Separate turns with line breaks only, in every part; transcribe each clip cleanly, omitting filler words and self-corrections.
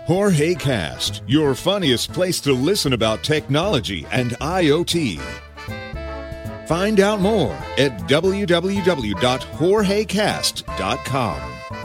Jorge Cast, your funniest place to listen about technology and IoT. Find out more at www.jorgecast.com.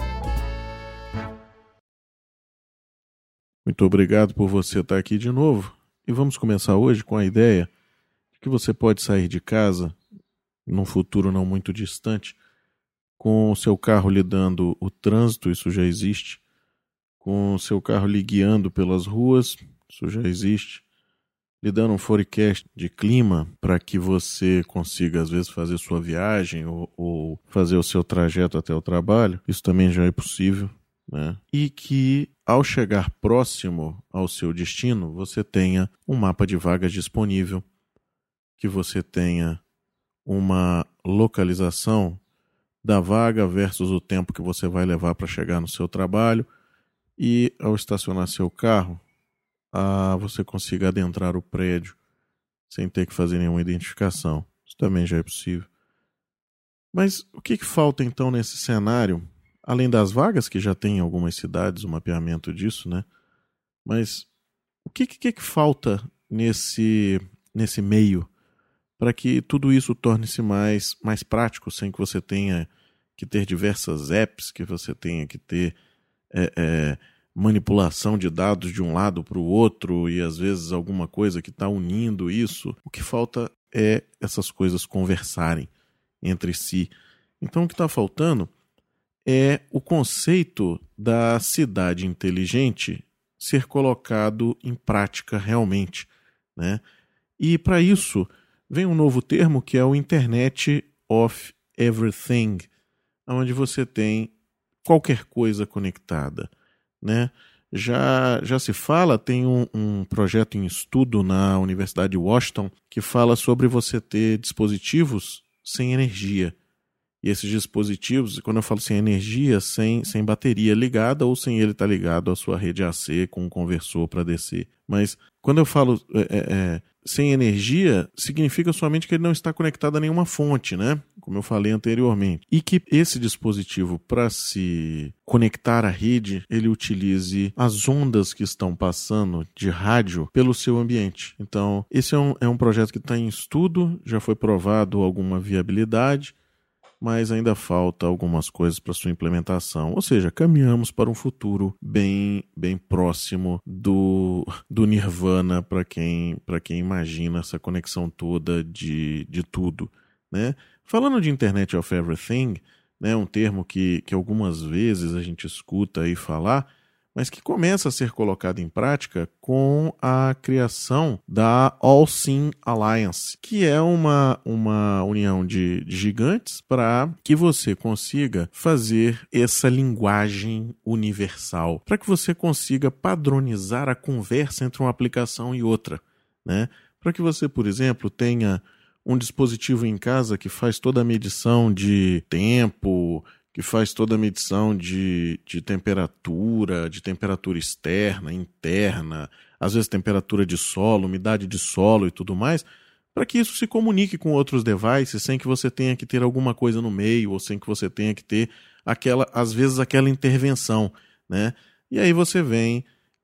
Muito obrigado por você estar aqui de novo. E vamos começar hoje com a ideia de que você pode sair de casa, num futuro não muito distante, com o seu carro lhe dando o trânsito, isso já existe, com o seu carro lhe guiando pelas ruas, isso já existe, lhe dando um forecast de clima para que você consiga, às vezes, fazer sua viagem ou fazer o seu trajeto até o trabalho, isso também já é possível, né? E que, ao chegar próximo ao seu destino, você tenha um mapa de vagas disponível, que você tenha uma localização da vaga versus o tempo que você vai levar para chegar no seu trabalho e, ao estacionar seu carro, você consiga adentrar o prédio sem ter que fazer nenhuma identificação. Isso também já é possível. Mas o que falta então nesse cenário? Além das vagas, que já tem em algumas cidades o mapeamento disso, né? Mas o que falta nesse meio para que tudo isso torne-se mais prático, sem que você tenha que ter diversas apps, que você tenha que ter manipulação de dados de um lado para o outro e às vezes alguma coisa que está unindo isso? O que falta é essas coisas conversarem entre si. Então o que está faltando é o conceito da cidade inteligente ser colocado em prática realmente, né? E para isso vem um novo termo que é o Internet of Everything, onde você tem qualquer coisa conectada, né? Já se fala, tem um projeto em estudo na Universidade de Washington que fala sobre você ter dispositivos sem energia. E esses dispositivos, quando eu falo sem energia, sem bateria ligada ou sem ele estar ligado à sua rede AC com um conversor para DC. Mas quando eu falo sem energia, significa somente que ele não está conectado a nenhuma fonte, né? Como eu falei anteriormente. E que esse dispositivo, para se conectar à rede, ele utilize as ondas que estão passando de rádio pelo seu ambiente. Então, esse é um projeto que está em estudo, já foi provado alguma viabilidade, mas ainda falta algumas coisas para sua implementação. Ou seja, caminhamos para um futuro bem próximo do Nirvana para quem imagina essa conexão toda de tudo, né? Falando de Internet of Everything, né, um termo que algumas vezes a gente escuta aí falar, mas que começa a ser colocado em prática com a criação da All-Sim Alliance, que é uma união de gigantes para que você consiga fazer essa linguagem universal, para que você consiga padronizar a conversa entre uma aplicação e outra, né? Para que você, por exemplo, tenha um dispositivo em casa que faz toda a medição de tempo, que faz toda a medição de temperatura externa, interna, às vezes temperatura de solo, umidade de solo e tudo mais, para que isso se comunique com outros devices sem que você tenha que ter alguma coisa no meio ou sem que você tenha que ter às vezes aquela intervenção, né? E aí você vem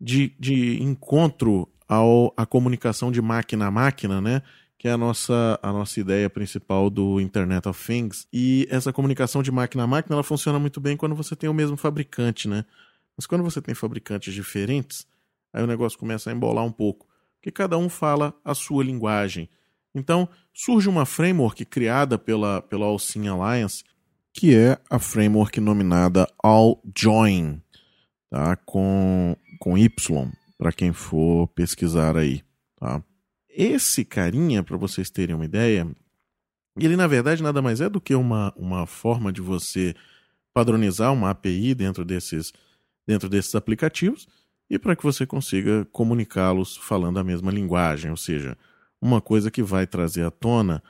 de encontro à comunicação de máquina a máquina, né? Que é a nossa ideia principal do Internet of Things. E essa comunicação de máquina a máquina, ela funciona muito bem quando você tem o mesmo fabricante, né? Mas quando você tem fabricantes diferentes, aí o negócio começa a embolar um pouco, porque cada um fala a sua linguagem. Então, surge uma framework criada pela All-Sim Alliance, que é a framework nominada AllJoyn, tá? Com Y, para quem for pesquisar aí, tá? Esse carinha, para vocês terem uma ideia, ele na verdade nada mais é do que uma forma de você padronizar uma API dentro desses aplicativos e para que você consiga comunicá-los falando a mesma linguagem, ou seja, uma coisa que vai trazer à tona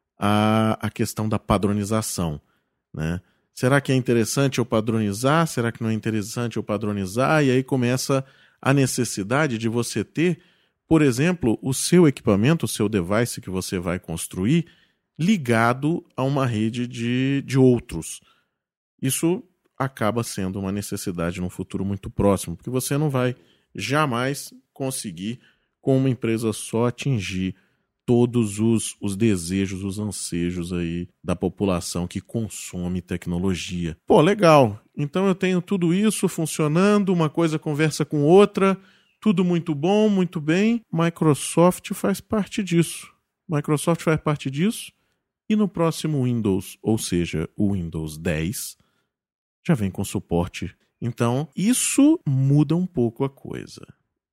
a questão da padronização, né? Será que é interessante eu padronizar? Será que não é interessante eu padronizar? E aí começa a necessidade de você ter, por exemplo, o seu equipamento, o seu device que você vai construir, ligado a uma rede de outros. Isso acaba sendo uma necessidade num futuro muito próximo, porque você não vai jamais conseguir, com uma empresa só, atingir todos os desejos, os ansejos aí da população que consome tecnologia. Pô, legal. Então eu tenho tudo isso funcionando, uma coisa conversa com outra, tudo muito bom, muito bem. Microsoft faz parte disso. E no próximo Windows, ou seja, o Windows 10, já vem com suporte. Então, isso muda um pouco a coisa.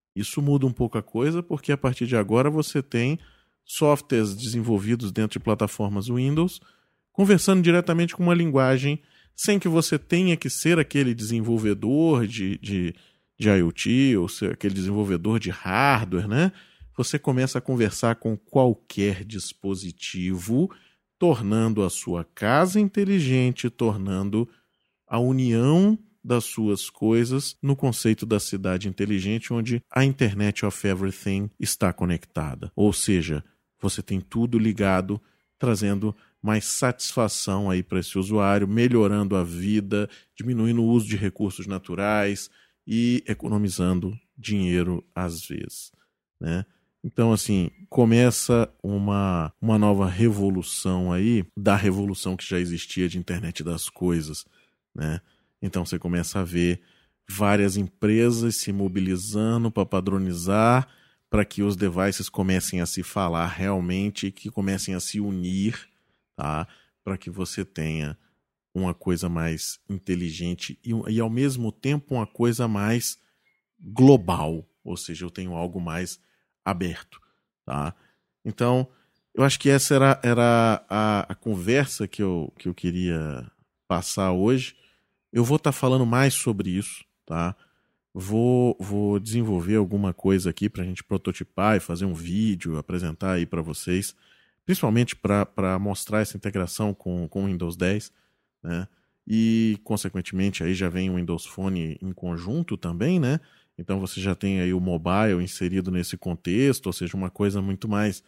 Porque a partir de agora você tem softwares desenvolvidos dentro de plataformas Windows, conversando diretamente com uma linguagem, sem que você tenha que ser aquele desenvolvedor de IoT, ou ser aquele desenvolvedor de hardware, né? Você começa a conversar com qualquer dispositivo, tornando a sua casa inteligente, tornando a união das suas coisas no conceito da cidade inteligente, onde a Internet of Everything está conectada. Ou seja, você tem tudo ligado, trazendo mais satisfação aí para esse usuário, melhorando a vida, diminuindo o uso de recursos naturais e economizando dinheiro às vezes, né? Então, assim, começa uma nova revolução aí, da revolução que já existia de internet das coisas, né? Então você começa a ver várias empresas se mobilizando para padronizar, para que os devices comecem a se falar realmente e que comecem a se unir, tá? Para que você tenha uma coisa mais inteligente e ao mesmo tempo uma coisa mais global, ou seja, eu tenho algo mais aberto, tá? Então, eu acho que essa era a conversa que eu queria passar hoje. Eu vou estar falando mais sobre isso, tá? Vou desenvolver alguma coisa aqui para a gente prototipar e fazer um vídeo, apresentar aí para vocês, principalmente para mostrar essa integração com o Windows 10, né? E, consequentemente, aí já vem o Windows Phone em conjunto também, né? Então você já tem aí o mobile inserido nesse contexto, ou seja, uma coisa muito mais...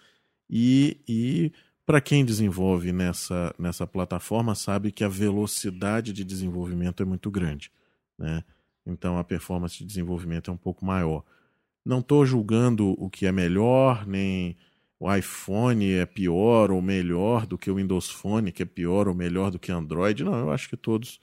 E para quem desenvolve nessa plataforma sabe que a velocidade de desenvolvimento é muito grande, né? Então a performance de desenvolvimento é um pouco maior. Não estou julgando o que é melhor, nem o iPhone é pior ou melhor do que o Windows Phone, que é pior ou melhor do que Android. Não, eu acho que todos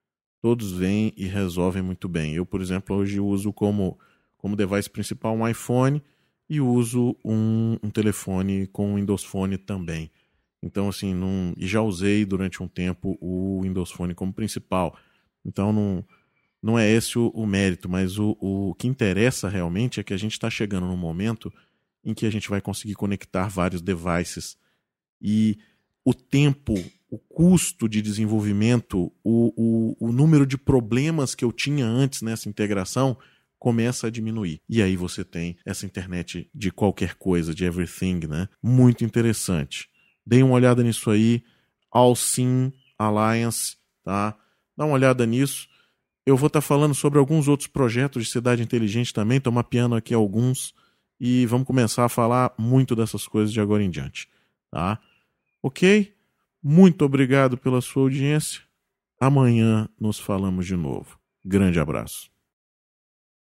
vêm e resolvem muito bem. Eu, por exemplo, hoje uso como device principal um iPhone e uso um telefone com Windows Phone também. Então, assim, e já usei durante um tempo o Windows Phone como principal. Então, não é esse o mérito, mas o que interessa realmente é que a gente está chegando num momento em que a gente vai conseguir conectar vários devices e o tempo, o custo de desenvolvimento, o número de problemas que eu tinha antes nessa integração começa a diminuir. E aí você tem essa internet de qualquer coisa, de everything, né? Muito interessante. Deem uma olhada nisso aí, All-Sim Alliance, tá? Dá uma olhada nisso. Eu vou estar falando sobre alguns outros projetos de cidade inteligente também, estou mapeando aqui alguns e vamos começar a falar muito dessas coisas de agora em diante, tá? Ok? Muito obrigado pela sua audiência. Amanhã nos falamos de novo. Grande abraço.